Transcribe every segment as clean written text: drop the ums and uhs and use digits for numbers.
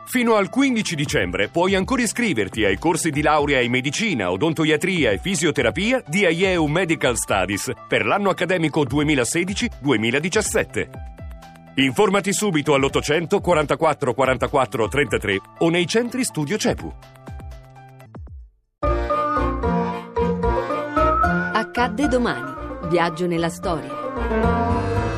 Fino al 15 dicembre puoi ancora iscriverti ai corsi di laurea in medicina, odontoiatria e fisioterapia di IEU Medical Studies per l'anno accademico 2016-2017. Informati subito all'800 44 44 33 o nei centri studio CEPU. Accadde domani. Viaggio nella storia.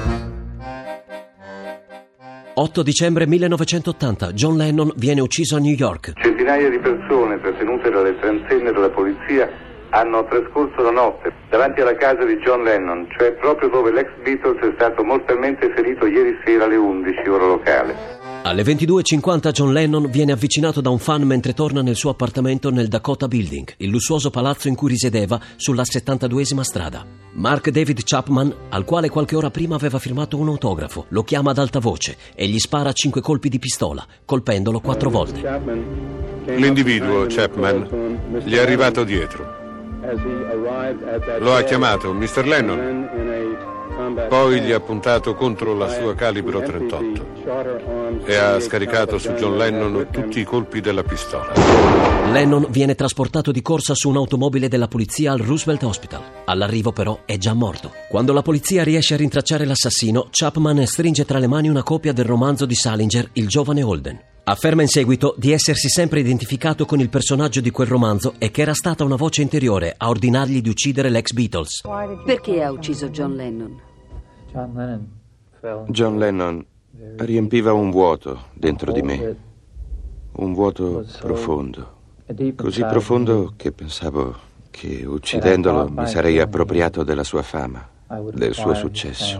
8 dicembre 1980, John Lennon viene ucciso a New York. Centinaia di persone trattenute dalle transenne della polizia hanno trascorso la notte davanti alla casa di John Lennon, cioè proprio dove l'ex Beatles è stato mortalmente ferito ieri sera alle 11 ora locale. Alle 22:50 John Lennon viene avvicinato da un fan mentre torna nel suo appartamento nel Dakota Building, il lussuoso palazzo in cui risiedeva sulla 72esima strada. Mark David Chapman, al quale qualche ora prima aveva firmato un autografo, lo chiama ad alta voce e gli spara 5 colpi di pistola, colpendolo 4 volte. L'individuo, Chapman, gli è arrivato dietro. Lo ha chiamato Mr. Lennon. Poi gli ha puntato contro la sua calibro 38 e ha scaricato su John Lennon tutti i colpi della pistola. Lennon viene trasportato di corsa su un'automobile della polizia al Roosevelt Hospital. All'arrivo però è già morto. Quando la polizia riesce a rintracciare l'assassino, Chapman stringe tra le mani una copia del romanzo di Salinger, Il giovane Holden. Afferma in seguito di essersi sempre identificato con il personaggio di quel romanzo e che era stata una voce interiore a ordinargli di uccidere l'ex Beatles. Perché ha ucciso John Lennon? John Lennon riempiva un vuoto dentro di me, un vuoto profondo, così profondo che pensavo che uccidendolo mi sarei appropriato della sua fama, del suo successo.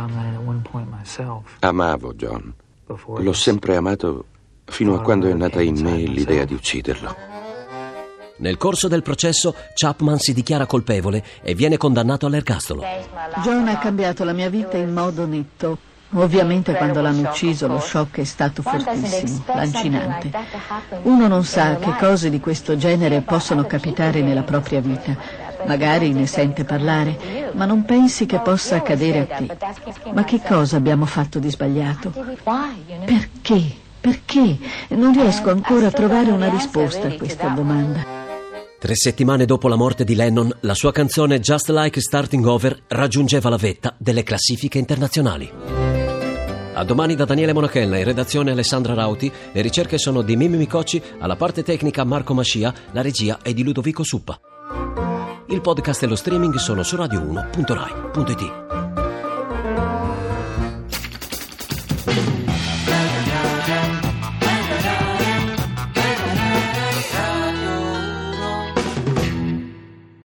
Amavo John, l'ho sempre amato fino a quando è nata in me l'idea di ucciderlo. Nel corso del processo, Chapman si dichiara colpevole e viene condannato all'ergastolo. John ha cambiato la mia vita in modo netto. Ovviamente quando l'hanno ucciso lo shock è stato fortissimo, lancinante. Uno non sa che cose di questo genere possono capitare nella propria vita. Magari ne sente parlare, ma non pensi che possa accadere a te. Ma che cosa abbiamo fatto di sbagliato? Perché? Perché? Non riesco ancora a trovare una risposta a questa domanda. 3 settimane dopo la morte di Lennon, la sua canzone Just Like Starting Over raggiungeva la vetta delle classifiche internazionali. A domani da Daniele Monachella, in redazione Alessandra Rauti, le ricerche sono di Mimmi Micocci, alla parte tecnica Marco Mascia, la regia è di Ludovico Suppa. Il podcast e lo streaming sono su radio1.rai.it.